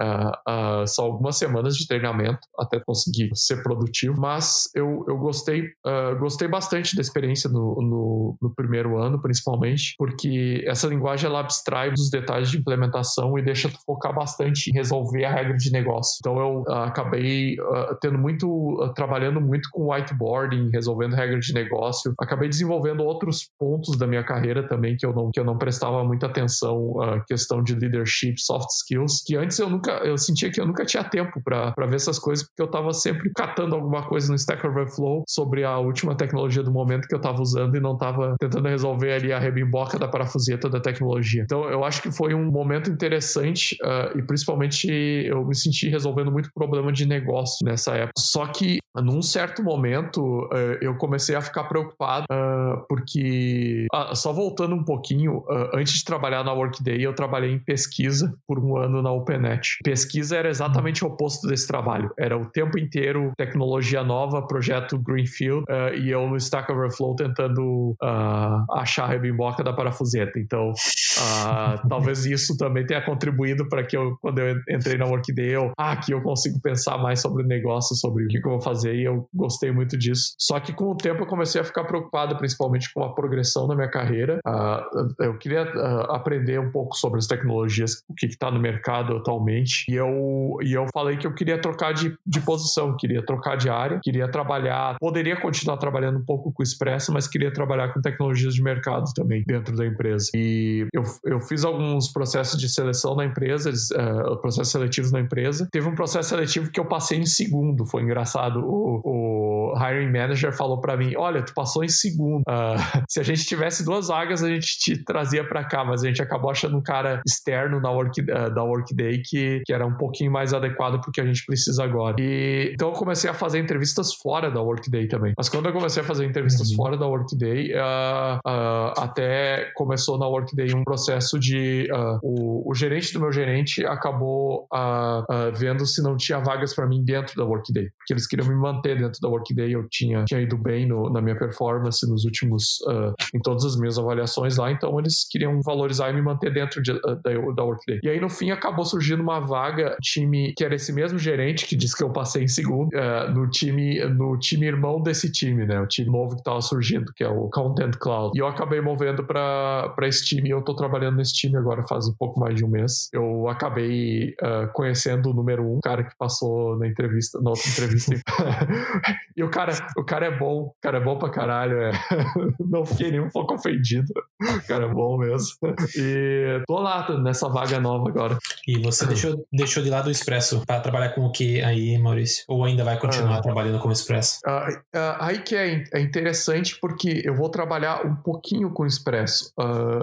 são algumas semanas de treinamento até conseguir ser produtivo, mas eu gostei bastante da experiência no primeiro ano, principalmente, porque essa linguagem ela abstrai dos detalhes de implementação e deixa tu focar bastante em resolver a regra de negócio. Então eu acabei trabalhando muito com whiteboarding, resolvendo regra de negócio. Acabei desenvolvendo outros pontos da minha carreira também que eu não prestava muita atenção, questão de leadership, soft skills, que antes eu sentia que eu nunca tinha tempo para ver essas coisas, porque eu estava sempre catando alguma coisa no Stack Overflow sobre a última tecnologia do momento que eu estava usando e não estava tentando resolver ali a rebimboca da parafuseta da tecnologia. Então eu acho que foi um momento interessante, e principalmente eu me senti resolvendo muito problema de negócio nessa época. Só que num certo momento eu comecei a ficar preocupado, porque só voltando um pouquinho, antes de trabalhar na Workday eu trabalhei em pesquisa por um ano na OpenNet. Pesquisa era exatamente o oposto desse trabalho, era o tempo inteiro tecnologia nova, projeto Greenfield, e eu no Stack Overflow tentando achar a rebimboca da parafuseta. Então talvez isso também tenha contribuído para que quando eu entrei na Workday, aqui eu consigo pensar mais sobre o negócio, sobre o que eu vou fazer, e eu gostei muito disso. Só que com o tempo eu comecei a ficar preocupado, principalmente com a progressão da minha carreira. Eu queria aprender um pouco sobre as tecnologias, o que está no mercado atualmente, e eu falei que eu queria trocar de posição, queria trocar de área, queria trabalhar, poderia continuar trabalhando um pouco com o Expresso, mas queria trabalhar com tecnologias de mercado também dentro da empresa. E eu fiz alguns processos de seleção na empresa, processos seletivos na empresa. Teve um processo seletivo que eu passei em segundo, foi engraçado. O hiring manager falou pra mim, olha, tu passou em segundo, se a gente tivesse 2 vagas a gente te trazia pra cá, mas a gente acabou achando um cara externo da Workday que era um pouquinho mais adequado pro que a gente precisa agora. Então eu comecei a fazer entrevistas fora da Workday também, mas quando eu comecei a fazer entrevistas fora da Workday, até começou na Workday um processo de o gerente do meu gerente acabou vendo se não tinha vagas para mim dentro da Workday, porque eles queriam me manter dentro da Workday. Eu tinha ido bem na minha performance nos últimos em todas as minhas avaliações lá, então eles queriam valorizar e me manter dentro da Workday. E aí no fim acabou surgindo uma vaga, time que era esse mesmo gerente que disse que eu passei em segundo, no time irmão desse time, né, o time novo que estava surgindo, que é o Content Cloud, e eu acabei movendo para esse time, e eu tô trabalhando nesse time agora faz um pouco mais de um mês. Eu acabei conhecendo o número 1, cara que passou na outra entrevista e o cara é bom pra caralho, não fiquei nem um pouco ofendido, o cara é bom mesmo, e tô lá nessa vaga nova agora. E você deixou de lado o Expresso para trabalhar com o que aí, Maurício? Ou ainda vai continuar trabalhando com o Expresso? Aí que é interessante, porque eu vou trabalhar um pouquinho com o Expresso.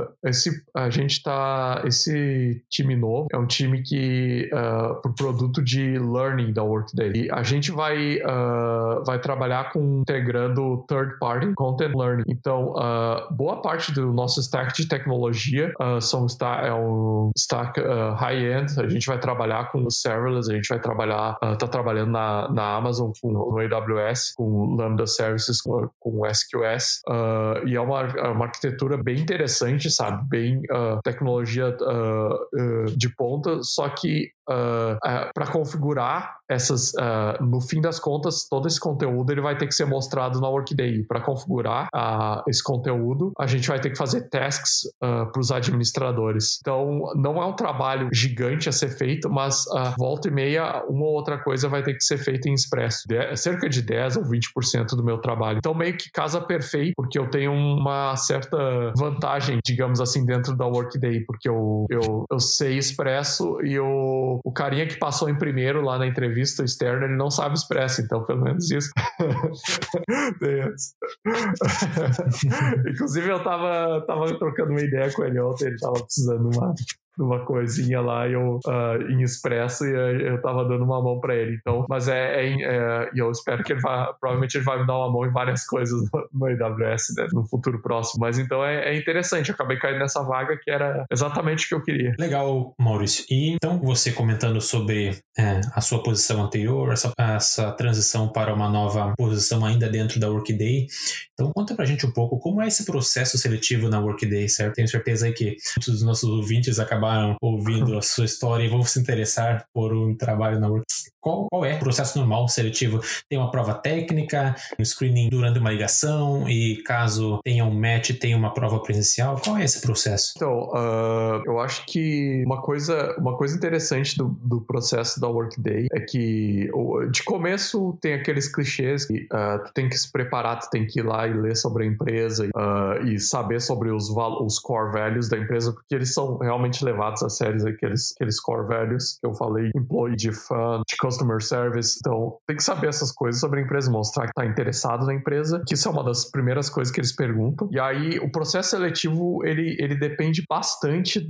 Esse time novo é um time que pro produto de learning da Workday, e a gente vai trabalhar integrando third party content learning. Então boa parte do nosso stack de tecnologia é um stack high-end. A gente vai trabalhar com serverless, a gente vai tá trabalhando na Amazon, no AWS, com Lambda Services, com SQS, e é uma arquitetura bem interessante, sabe? Bem tecnologia de ponta, só que para configurar essas, no fim das contas, todo esse conteúdo ele vai ter que ser mostrado na Workday. Para configurar esse conteúdo, a gente vai ter que fazer tasks para os administradores. Então, não é um trabalho gigante a ser feito, mas volta e meia, uma ou outra coisa vai ter que ser feita em Expresso. Cerca de 10 ou 20% do meu trabalho. Então, meio que casa perfeito, porque eu tenho uma certa vantagem, digamos assim, dentro da Workday, porque eu sei Expresso, e o carinha que passou em primeiro lá na entrevista externa, ele não sabe Expresso, então pelo menos isso. Inclusive eu tava trocando uma ideia com ele ontem, ele tava precisando de uma coisinha lá em Expresso, e eu tava dando uma mão pra ele. Então, mas e eu espero que provavelmente ele vai me dar uma mão em várias coisas no AWS, né, no futuro próximo. Mas então é interessante, eu acabei caindo nessa vaga que era exatamente o que eu queria. Legal, Maurício. E então você comentando sobre a sua posição anterior, essa transição para uma nova posição ainda dentro da Workday. Então conta pra gente um pouco como é esse processo seletivo na Workday, certo? Tenho certeza que muitos dos nossos ouvintes acabaram acabaram ouvindo a sua história e vão se interessar por um trabalho na Workday. Qual é o processo normal seletivo? Tem uma prova técnica, um screening durante uma ligação e caso tenha um match, tem uma prova presencial? Qual é esse processo? Então, eu acho que uma coisa interessante do processo da Workday é que de começo tem aqueles clichês que tu tem que se preparar, tu tem que ir lá e ler sobre a empresa e saber sobre os core values da empresa, porque eles são realmente levados a sério, aqueles core values que eu falei, employee, de fun, de customer service. Então, tem que saber essas coisas sobre a empresa, mostrar que tá interessado na empresa, que isso é uma das primeiras coisas que eles perguntam. E aí, o processo seletivo, ele depende bastante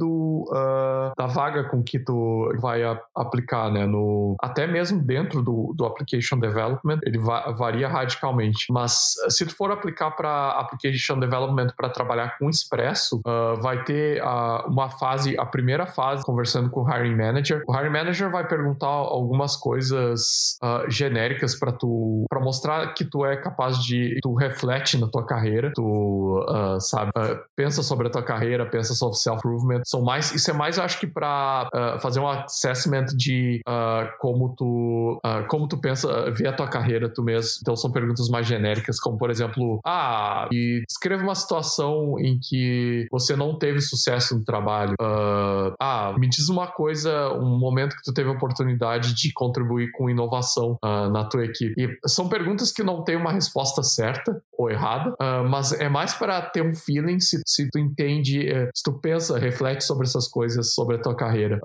da vaga com que tu vai aplicar, né? Até mesmo dentro do application development, ele varia radicalmente. Mas se tu for aplicar para application development para trabalhar com Expresso, vai ter a primeira fase conversando com o hiring manager. O hiring manager vai perguntar algumas coisas genéricas para mostrar que tu é capaz tu reflete na tua carreira, tu pensa sobre a tua carreira, pensa sobre self-improvement. Isso é mais, eu acho que para fazer um assessment de como tu pensa, ver a tua carreira tu mesmo. Então são perguntas mais genéricas, como por exemplo, e descreva uma situação em que você não teve sucesso no trabalho. Me diz uma coisa, um momento que tu teve a oportunidade de contribuir com inovação na tua equipe. E são perguntas que não tem uma resposta certa ou errada, mas é mais para ter um feeling se tu entende, se tu pensa, reflete sobre essas coisas, sobre a tua carreira.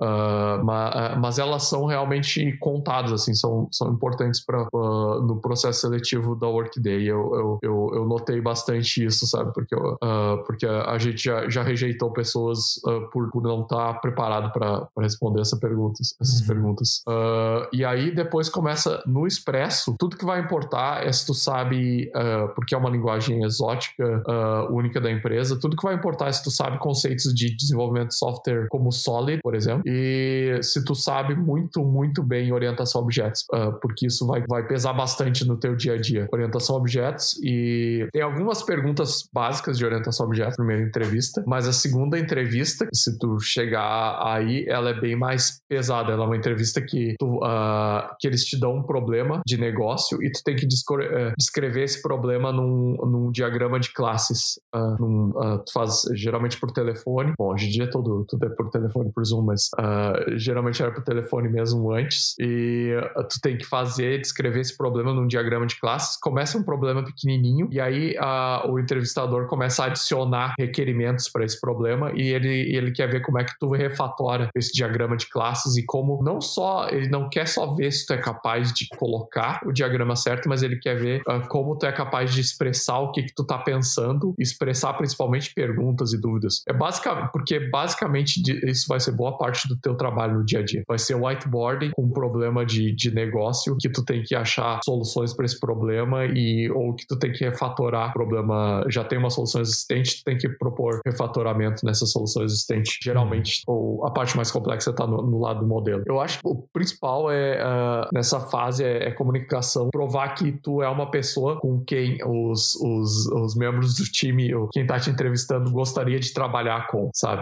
Mas elas são realmente contadas, assim, são importantes no processo seletivo da Workday. Eu notei bastante isso, sabe? Porque a gente já rejeitou pessoas por não estar preparado para responder essas perguntas. E aí depois começa no Expresso, tudo que vai importar é se tu sabe, porque é uma linguagem exótica, única da empresa, tudo que vai importar é se tu sabe conceitos de desenvolvimento de software como Solid, por exemplo, e se tu sabe muito, muito bem orientação a objetos, porque isso vai pesar bastante no teu dia a dia. Orientação a objetos, e tem algumas perguntas básicas de orientação a objetos na primeira entrevista, mas a segunda entrevista, se tu chegar aí, ela é bem mais pesada. Ela é uma entrevista que eles te dão um problema de negócio e tu tem que descrever esse problema num diagrama de classes. Tu faz geralmente por telefone. Bom, hoje em dia tudo é por telefone, por Zoom, mas geralmente era por telefone mesmo antes. E tu tem que descrever esse problema num diagrama de classes. Começa um problema pequenininho e aí o entrevistador começa a adicionar requerimentos para esse problema e ele quer ver como é que tu refatora esse diagrama de classes e como ele não quer só ver se tu é capaz de colocar o diagrama certo, mas ele quer ver como tu é capaz de expressar o que tu tá pensando, expressar principalmente perguntas e dúvidas. Porque basicamente isso vai ser boa parte do teu trabalho no dia a dia. Vai ser whiteboarding com um problema de negócio que tu tem que achar soluções para esse problema ou que tu tem que refatorar o problema. Já tem uma solução existente, tu tem que propor refatoramento nessa solução existente. Geralmente, ou a parte mais complexa está no lado do modelo. Eu acho que o principal nessa fase é comunicação, provar que tu é uma pessoa com quem os membros do time ou quem tá te entrevistando gostaria de trabalhar com, sabe?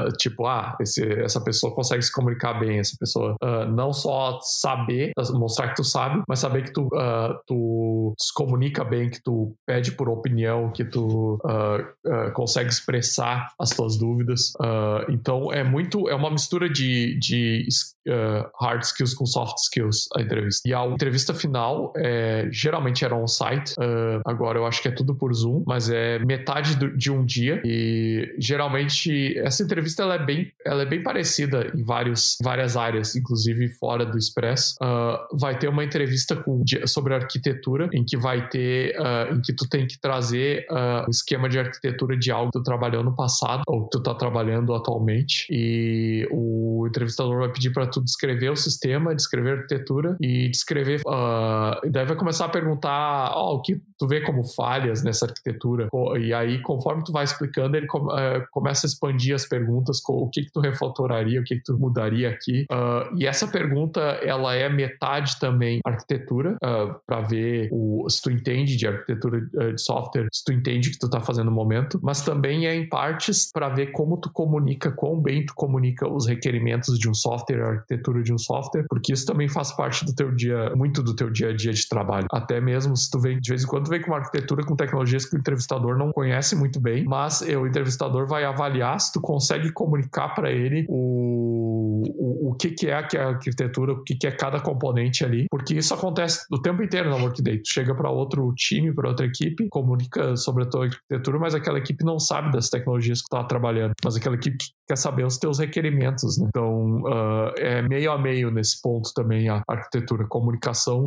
Essa pessoa consegue se comunicar bem, essa pessoa não só saber, mostrar que tu sabe, mas saber que tu se comunica bem, que tu pede por opinião, que tu consegue expressar as tuas dúvidas. Então é uma mistura de hard skills com soft skills a entrevista. E a entrevista final geralmente era on-site, agora eu acho que é tudo por Zoom, mas é metade de um dia e geralmente essa entrevista ela é bem parecida em várias áreas, inclusive fora do Expresso. Vai ter uma entrevista sobre arquitetura em que em que tu tem que trazer um esquema de arquitetura de algo que tu trabalhou no passado ou que tu tá trabalhando atualmente, e o entrevistador vai pedir para tu descrever o sistema, descrever a arquitetura e descrever, e daí vai começar a perguntar tu vê como falhas nessa arquitetura, e aí conforme tu vai explicando, ele começa a expandir as perguntas, o que tu refatoraria, o que tu mudaria aqui, e essa pergunta, ela é metade também arquitetura, para ver se tu entende de arquitetura de software, se tu entende o que tu tá fazendo no momento, mas também é em partes para ver como tu comunica, quão bem tu comunica os requerimentos de um software, a arquitetura de um software, porque isso também faz parte do teu muito do teu dia a dia de trabalho. Até mesmo se tu vem, de vez em quando, vem com uma arquitetura com tecnologias que o entrevistador não conhece muito bem, mas o entrevistador vai avaliar se tu consegue comunicar para ele o que é a arquitetura, o que é cada componente ali, porque isso acontece o tempo inteiro na Workday. Tu chega para outro time, para outra equipe, comunica sobre a tua arquitetura, mas aquela equipe não sabe das tecnologias que tu tá trabalhando, mas aquela equipe quer saber os teus requerimentos, né? Então, é meio a meio nesse ponto também a arquitetura, comunicação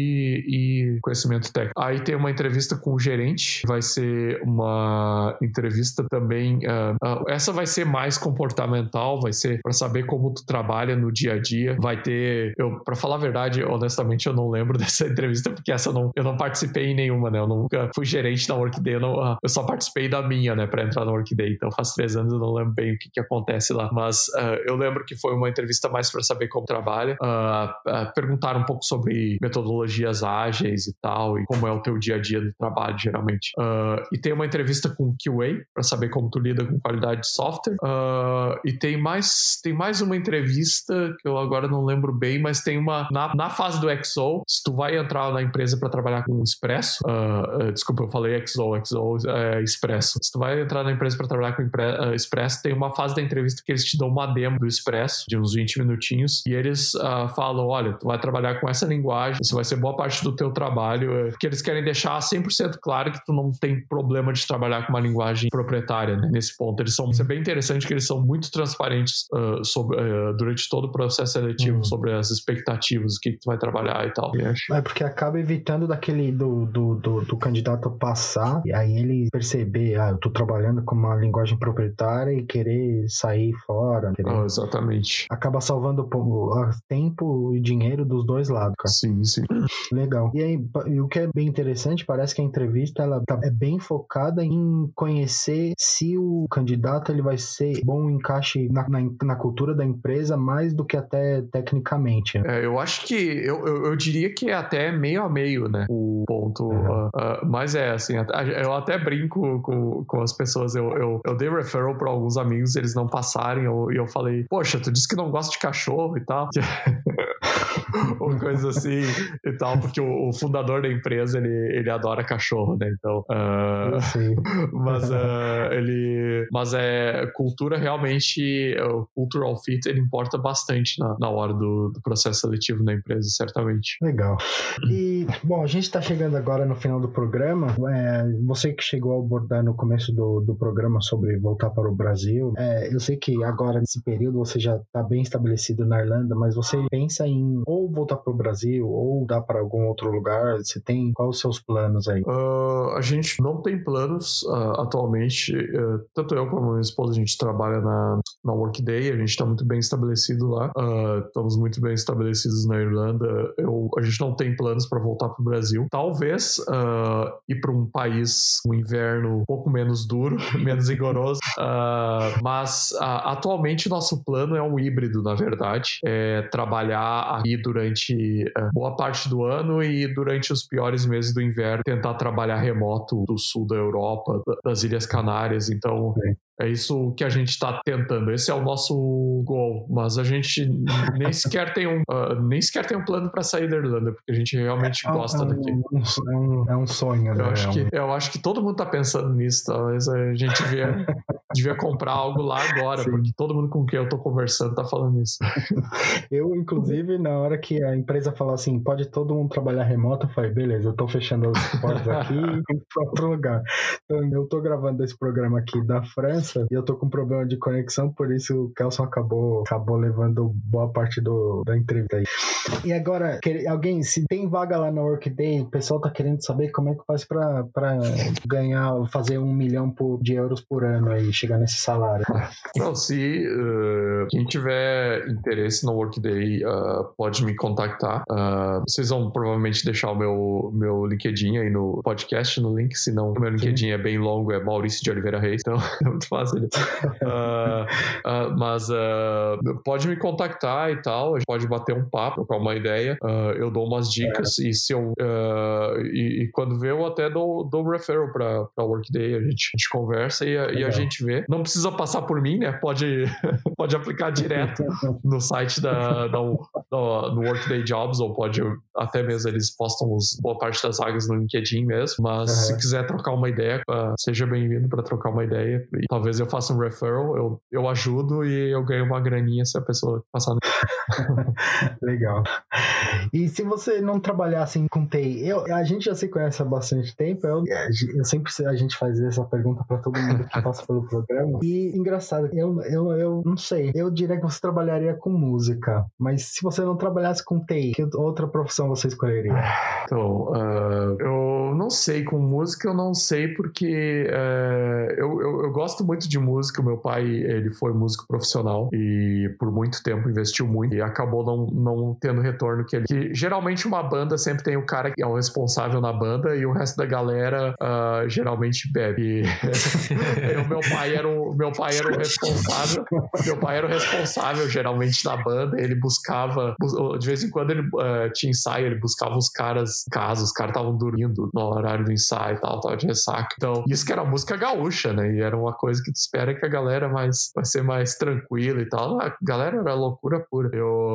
e conhecimento técnico. Aí tem uma entrevista com o gerente, vai ser uma entrevista também, essa vai ser mais comportamental, vai ser para saber como tu trabalha no dia a dia, vai ter, para falar a verdade, honestamente, eu não lembro dessa entrevista, porque eu não participei em nenhuma, né? Eu nunca fui gerente da Workday, eu só participei da minha, né, para entrar na Workday, então faz 3 anos eu não lembro bem o que acontece lá, mas eu lembro que foi uma entrevista mais para saber como trabalha, perguntaram um pouco sobre metodologias ágeis e tal, e como é o teu dia a dia do trabalho, geralmente. E tem uma entrevista com o QA, para saber como tu lida com qualidade de software, e tem mais uma entrevista, que eu agora não lembro bem, mas tem uma, na fase do XO, se tu vai entrar na empresa para trabalhar com Expresso, desculpa, eu falei XO é Expresso, se tu vai entrar na empresa para trabalhar com Expresso, tem uma fase da entrevista que eles te dão uma demo do Expresso, de uns 20 minutinhos, e eles falam, olha, tu vai trabalhar com essa linguagem, isso vai ser boa parte do teu trabalho, porque eles querem deixar 100% claro que tu não tem problema de trabalhar com uma linguagem proprietária, né? Nesse ponto, isso é bem interessante, que eles são muito transparentes durante todo o processo seletivo, sobre as expectativas, o que tu vai trabalhar e tal. Porque acaba evitando daquele do candidato passar, e aí ele perceber, eu tô trabalhando com uma linguagem proprietária e querer sair fora. Exatamente. Acaba salvando tempo e dinheiro dos dois lados, cara. Sim. Legal. E aí, o que é bem interessante, parece que a entrevista ela é bem focada em conhecer se o candidato ele vai ser bom encaixe na cultura da empresa, mais do que até tecnicamente. Eu acho que eu diria que é até meio a meio, né? O ponto. Mas assim, eu até brinco com as pessoas. Eu dei referral para alguns amigos, eles não passarem, e eu falei, poxa, tu disse que não gosta de cachorro e tal. Ou coisa assim e tal, porque o fundador da empresa ele adora cachorro, né? Então, mas cultura realmente, o cultural fit, ele importa bastante na hora do processo seletivo na empresa, certamente. Legal. E, bom, a gente está chegando agora no final do programa. Você que chegou a abordar no começo do programa sobre voltar para o Brasil, eu sei que agora, nesse período, você já está bem estabelecido na Irlanda, mas você pensa em ou voltar para o Brasil ou dar para algum outro lugar? Você tem quais os seus planos aí? A gente não tem planos atualmente. Tanto eu como a minha esposa, a gente trabalha na Workday, a gente está muito bem estabelecido lá. Estamos muito bem estabelecidos na Irlanda. A gente não tem planos para voltar para o Brasil. Talvez ir para um país, um inverno um pouco menos duro, menos rigoroso. Mas atualmente nosso plano é um híbrido, na verdade. É trabalhar aqui durante boa parte do ano e durante os piores meses do inverno tentar trabalhar remoto do sul da Europa, das Ilhas Canárias. Então é isso que a gente está tentando. Esse é o nosso goal, mas a gente nem sequer tem um plano para sair da Irlanda, porque a gente realmente gosta daqui. É um sonho, né? Eu acho que todo mundo está pensando nisso. Talvez a gente devia comprar algo lá agora, porque todo mundo com quem eu tô conversando tá falando isso. Eu, inclusive, na hora que a empresa falou assim, pode todo mundo trabalhar remoto, eu falei, beleza, eu tô fechando as portas aqui e vou pra outro lugar. Então, eu tô gravando esse programa aqui da França e eu tô com problema de conexão, por isso o Kelson acabou levando boa parte da entrevista aí. E agora, alguém, se tem vaga lá na Workday, o pessoal tá querendo saber como é que faz pra fazer 1 milhão de euros por ano aí. chegar nesse salário? Não, se quem tiver interesse no Workday pode me contactar. Vocês vão provavelmente deixar o meu LinkedIn aí no podcast, no link, senão o meu LinkedIn é bem longo, é Maurício de Oliveira Reis, então é muito fácil. Mas pode me contactar e tal, a gente pode bater um papo, trocar uma ideia, eu dou umas dicas e se eu e quando vê eu até dou referral pra Workday, a gente conversa e a gente vê. Não precisa passar por mim, né? Pode aplicar direto no site do Workday Jobs, ou pode até mesmo eles postam boa parte das vagas no LinkedIn mesmo, mas se quiser trocar uma ideia, seja bem-vindo para trocar uma ideia e talvez eu faça um referral, eu ajudo e eu ganho uma graninha se a pessoa passar no... Legal. E se você não trabalhar assim com TI, a gente já se conhece há bastante tempo, a gente faz essa pergunta para todo mundo que passa pelo programa, e engraçado, eu não sei, eu diria que você trabalharia com música, mas se você não trabalhasse com TI, que outra profissão você escolheria? Então, eu não sei, com música eu não sei, porque eu gosto muito de música. O meu pai, ele foi músico profissional e por muito tempo investiu muito e acabou não tendo retorno que geralmente uma banda sempre tem o cara que é o responsável na banda e o resto da galera geralmente bebe. O meu pai era o responsável. Meu pai era o responsável geralmente na banda. Ele buscava, de vez em quando ele tinha ensaio, ele buscava os caras em casa, os caras estavam dormindo no horário do ensaio e tal, tava de ressaca. Então, isso que era música gaúcha, né? E era uma coisa que tu espera que a galera vai ser mais tranquila e tal. A galera era loucura pura.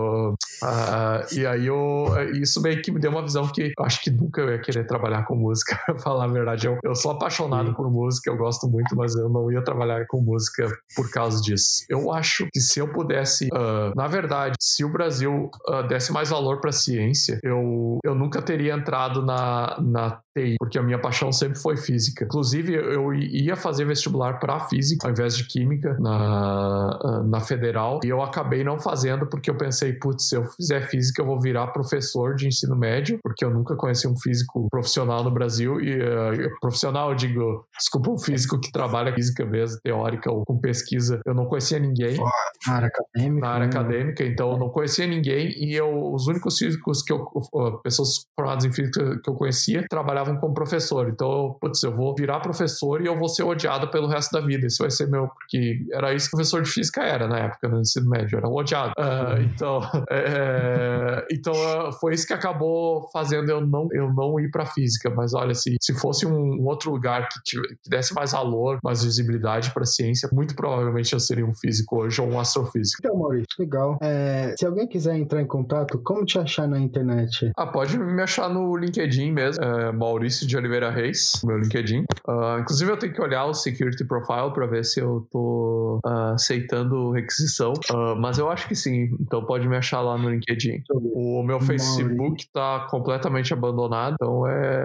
E aí isso meio que me deu uma visão que eu acho que nunca eu ia querer trabalhar com música, pra falar a verdade. Eu sou apaixonado por música, eu gosto muito, mas eu não ia trabalhar com música por causa disso. Eu acho que se eu pudesse, na verdade, se o Brasil desse mais valor pra ciência, eu nunca teria entrado na TI, porque a minha paixão sempre foi física. Inclusive, eu ia fazer vestibular para física ao invés de química na federal, e eu acabei não fazendo porque eu pensei, putz, se eu fizer física eu vou virar professor de ensino médio, porque eu nunca conheci um físico profissional no Brasil, e profissional, eu digo, desculpa, um físico que trabalha física mesmo, teórica ou com pesquisa, eu não conhecia ninguém. Na área acadêmica. Na área acadêmica, então eu não conhecia ninguém, e os únicos físicos pessoas formadas em física que eu conhecia, trabalhavam como professor. Então, putz, eu vou virar professor e eu vou ser odiado pelo resto da vida. Isso vai ser porque era isso que o professor de física era na época, no ensino médio, era um odiado. Então, foi isso que acabou fazendo eu não ir pra física. Mas olha, se fosse um outro lugar que desse mais valor, mais visibilidade pra ciência, muito provavelmente eu seria um físico hoje ou um astrofísico. Então, Maurício, legal. Se alguém quiser entrar em contato, como te achar na internet? Pode me achar no LinkedIn mesmo, Maurício de Oliveira Reis, meu LinkedIn. Inclusive eu tenho que olhar o Security Profile para ver se eu tô aceitando requisição, mas eu acho que sim, então pode me achar lá no LinkedIn. O meu Facebook tá completamente abandonado, então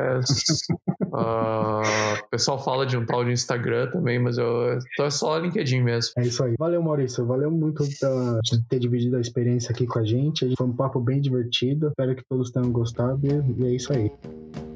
o pessoal fala de um tal de Instagram também, mas então é só LinkedIn mesmo. É isso aí. Valeu, Maurício. Valeu muito de ter dividido a experiência aqui com a gente. Foi um papo bem divertido. Espero que todos tenham gostado e é isso aí.